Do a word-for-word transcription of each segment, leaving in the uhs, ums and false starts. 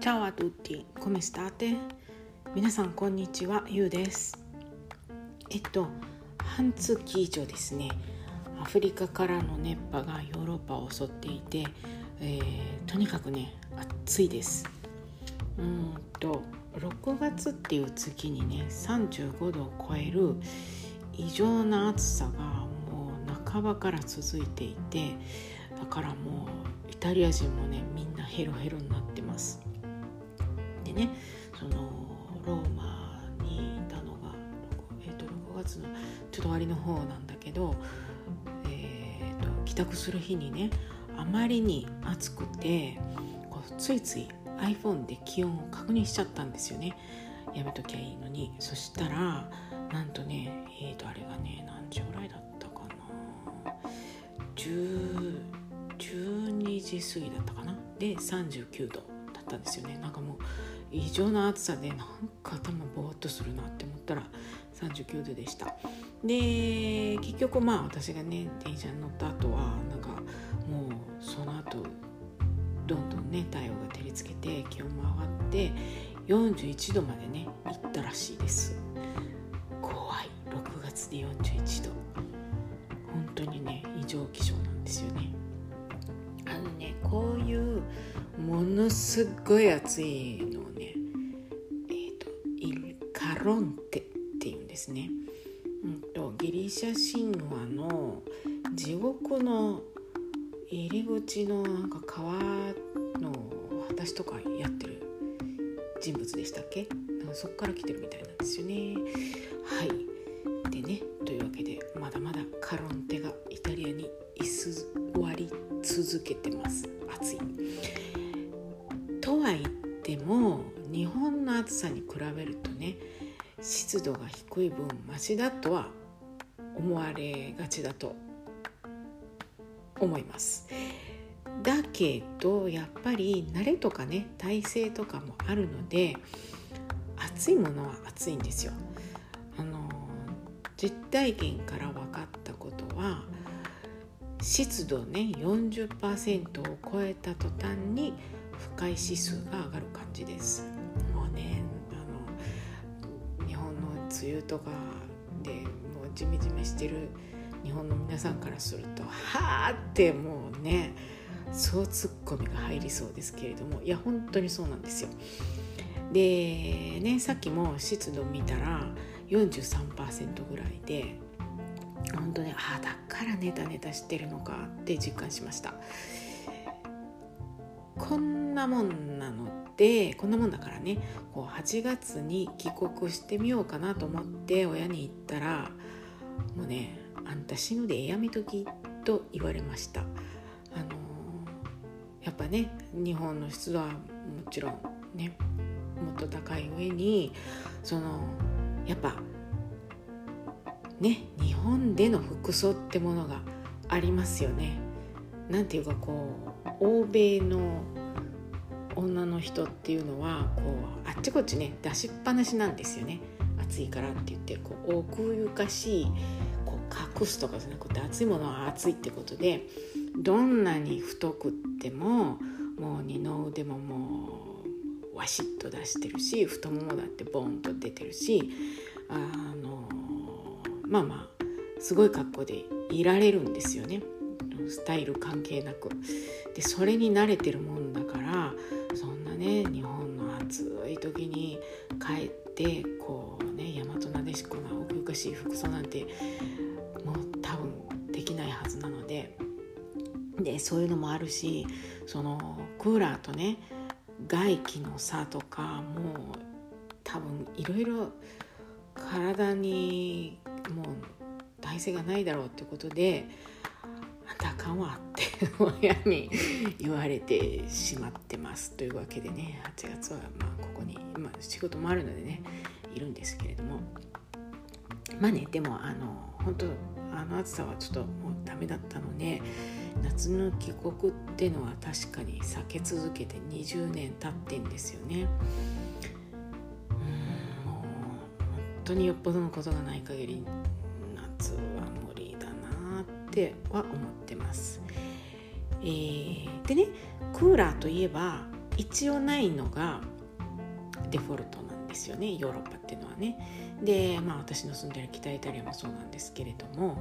Ciao a tutti, come state? 皆さんこんにちは、ゆうです。えっと半月以上ですね、アフリカからの熱波がヨーロッパを襲っていて、えー、とにかくね暑いです。うーんとろくがつっていう月にねさんじゅうごどを超える異常な暑さがもう半ばから続いていて、だからもうイタリア人もねみんなヘロヘロになってます。でね、そのローマにいたのが、えー、とろくがつのちょっと終わりの方なんだけど、えー、と帰宅する日にねあまりに暑くてこうついつい iPhone で気温を確認しちゃったんですよね。やめときゃいいのに。そしたらなんとね、えー、とあれがね何時ぐらいだったかな、じゅうにじ過ぎだったかな、でさんじゅうきゅうどだったんですよね。なんかもう異常な暑さでなんか頭ボーっとするなって思ったらさんじゅうきゅうどでした。で結局まあ私がね電車に乗った後はなんかもうその後どんどんね太陽が照りつけて気温も上がってよんじゅういちどまでね行ったらしいです。怖い。ろくがつでよんじゅういちど、本当にね異常気象なんですよね。あのねこういうものすごい暑いのをね、えーと、イルカロンテっていうんですね。うんとギリシャ神話の地獄の入り口のなんか川の果たしとかやってる人物でしたっけ？なんかそこから来てるみたいなんですよね。はい。でね、というわけでまだまだカロンテがイタリアに居座り続けてます。暑い。とは言っても日本の暑さに比べるとね湿度が低い分マシだとは思われがちだと思います。だけどやっぱり慣れとかね耐性とかもあるので暑いものは暑いんですよ。あの実体験から分かったことは湿度ね よんじゅっパーセント を超えた途端に不快指数が上がる感じです。もうねあの日本の梅雨とかでもうジメジメしてる日本の皆さんからするとはーってもうねそうツッコミが入りそうですけれども、いや本当にそうなんですよ。でね、さっきも湿度見たら よんじゅうさんパーセント ぐらいで本当にあだからネタネタしてるのかって実感しました。こんなもんなのでこんなもんだからねこうはちがつに帰国してみようかなと思って親に言ったらもうねあんた死ぬでやめときと言われました。あのー、やっぱね日本の湿度はもちろんねもっと高い上にそのやっぱね日本での服装ってものがありますよね。なんていうかこう欧米の女の人っていうのはこうあっちこっちね出しっぱなしなんですよね。暑いからって言ってこう奥ゆかしいこう隠すとかじゃなくて暑いものは暑いってことでどんなに太くってももう二の腕ももうワシッと出してるし太ももだってボンと出てるしあのまあまあすごい格好でいられるんですよね。スタイル関係なくでそれに慣れてるもんだからそんなね日本の暑い時に帰ってこうね大和なでしこな奥ゆかしい服装なんてもう多分できないはずなのででそういうのもあるしそのクーラーとね外気の差とかもう多分いろいろ体にもう耐性がないだろうってことであんたあかんわって親に言われてしまってますというわけでねはちがつはまあここに今仕事もあるのでねいるんですけれどもまあねでもあの本当あの暑さはちょっともうダメだったので夏の帰国っていうのは確かに避け続けてにじゅうねん経ってんですよね。うーんもう本当によっぽどのことがない限り夏は無理だなっては思ってます。えー、でねクーラーといえば一応ないのがデフォルトなんですよね、ヨーロッパっていうのはね。で、まあ私の住んでる北イタリアもそうなんですけれども、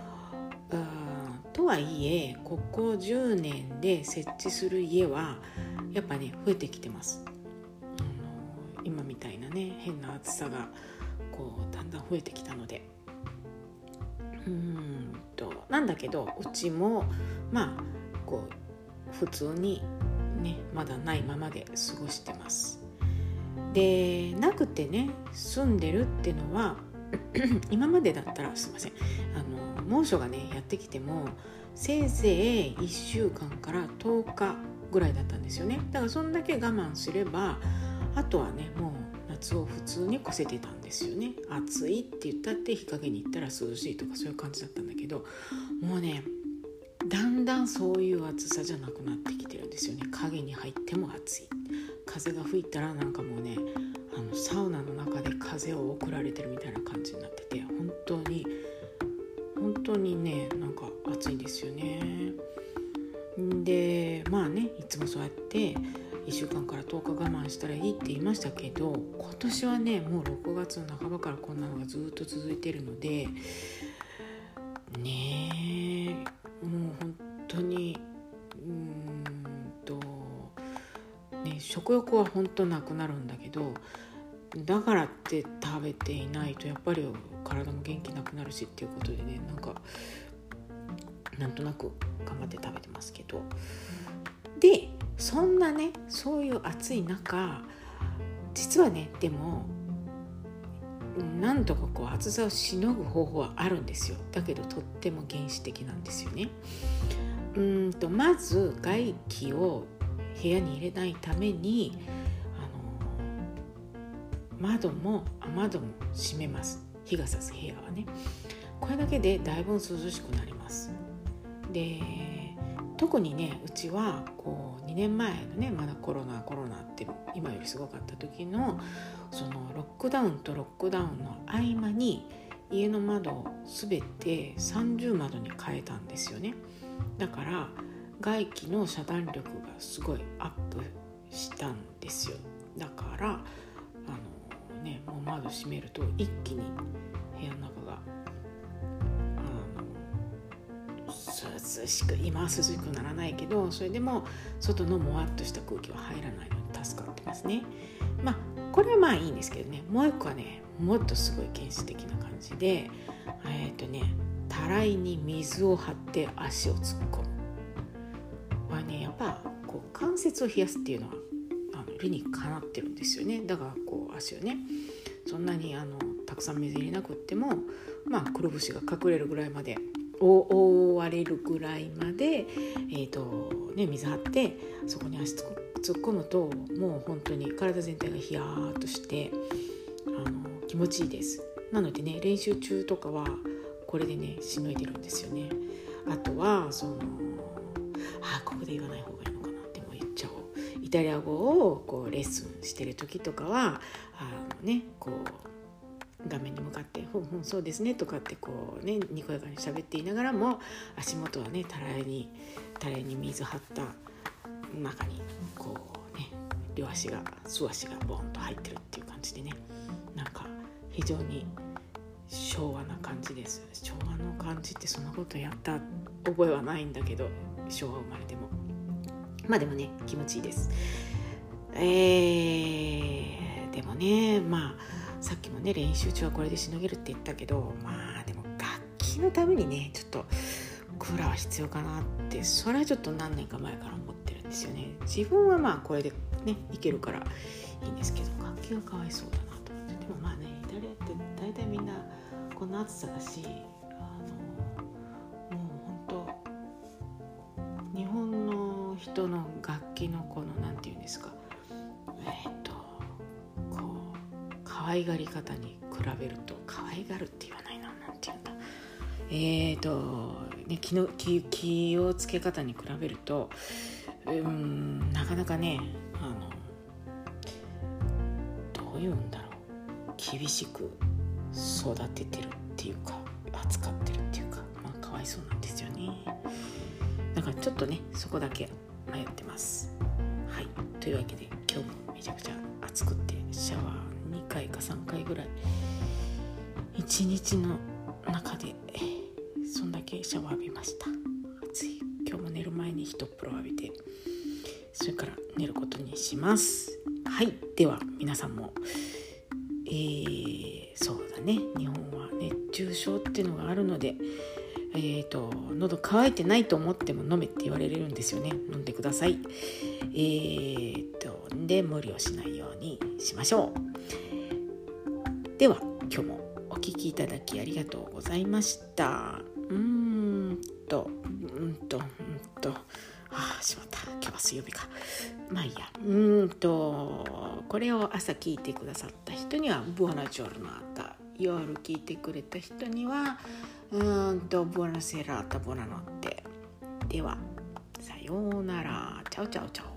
とはいえここじゅうねんで設置する家はやっぱね増えてきてます。あの今みたいなね変な暑さがこうだんだん増えてきたので、うーんとなんだけどうちもまあこう普通にねまだないままで過ごしてます。でなくてね住んでるっていうのは今までだったらすいませんあの猛暑がねやってきてもせいぜいいっしゅうかんからとおかぐらいだったんですよね。だからそんだけ我慢すればあとはねもう夏を普通に越せてたんですよね。暑いって言ったって日陰に行ったら涼しいとかそういう感じだったんだけど、もうねだんだんそういう暑さじゃなくなってきてるんですよね。影に入っても暑い、風が吹いたらなんかもうねあのサウナの中で風を送られてるみたいな感じになってて、本当に本当にねなんか暑いんですよね。でまあねいつもそうやっていっしゅうかんからとおか我慢したらいいって言いましたけど、今年はねもうろくがつの半ばからこんなのがずっと続いているのでねえもう本当にうーんとね食欲は本当なくなるんだけど、だからって食べていないとやっぱり体も元気なくなるしっていうことでねなんかなんとなく頑張って食べてますけど、でそんなねそういう暑い中実はねでもなんとかこう暑さをしのぐ方法はあるんですよ。だけどとっても原始的なんですよね。うーんとまず外気を部屋に入れないためにあの窓も雨戸も閉めます。日が差す部屋はねこれだけでだいぶ涼しくなります。で特にねうちはこうにねんまえのねまだコロナコロナって今よりすごかった時のそのロックダウンとロックダウンの合間に家の窓をすべて三重窓に変えたんですよね。だから外気の遮断力がすごいアップしたんですよ。だからあのねもう窓閉めると一気に部屋の中が涼しく今は涼しくならないけどそれでも外のもわっとした空気は入らないので助かってますね。まあこれはまあいいんですけどね、もう一個はねもっとすごい原始的な感じでえっとねたらいに水を張って足を突っ込む。これねやっぱこう関節を冷やすっていうのはあの理にかなってるんですよね。だからこう足をねそんなにあのたくさん水入れなくってもまあくるぶしが隠れるぐらいまで覆われるぐらいまで、えーとね、水張ってそこに足突っ込むともう本当に体全体がヒヤーっとしてあの気持ちいいです。なのでね練習中とかはこれでねしのいでるんですよね。あとはそのあここで言わない方がいいのかなでも言っちゃおう。イタリア語をこうレッスンしてる時とかはあのねこう画面に向かってふんふんそうですねとかってこうねにこやかに喋っていながらも足元はねたらいにたらいに水張った中にこうね両足が素足がボンと入ってるっていう感じでねなんか非常に昭和な感じです。昭和の感じってそんなことやった覚えはないんだけど昭和生まれてもまあでもね気持ちいいです。えー、でもねまあさっきもね練習中はこれでしのげるって言ったけどまあでも楽器のためにねちょっとクーラーは必要かなってそれはちょっと何年か前から思ってるんですよね。自分はまあこれでねいけるからいいんですけど楽器がかわいそうだなと思って。でもまあねイタリアって大体みんなこんな暑さだしあのもう本当日本の人の楽器のこのなんていうんですかえっと可愛がり方に比べると可愛がるって言わないななんて言うんだえーと、ね、気の 気, 気をつけ方に比べるとうーんなかなかねあのどういうんだろう厳しく育ててるっていうか扱ってるっていうかまあかわいそうなんですよね。だからちょっとねそこだけ迷ってます。はいというわけで今日もめちゃくちゃ暑くてシャワーにかいかさんかいぐらいいちにちの中でそんだけシャワー浴びました。暑い。今日も寝る前に一風呂浴びてそれから寝ることにします。はい、では皆さんもえー、そうだね、日本は熱中症っていうのがあるので、えーと、喉乾いてないと思っても飲めって言われるんですよね。飲んでください。えーとで無理をしないようにしましょう。では今日もお聞きいただきありがとうございました。うーんとうんとうんとああしまった、今日は水曜日か。まあいいや。うーんとこれを朝聞いてくださった人にはブオナジョルナータ、夜聞いてくれた人にはうーんとブオナセラータボナノッテ。ではさようなら。チャオチャオチャオ。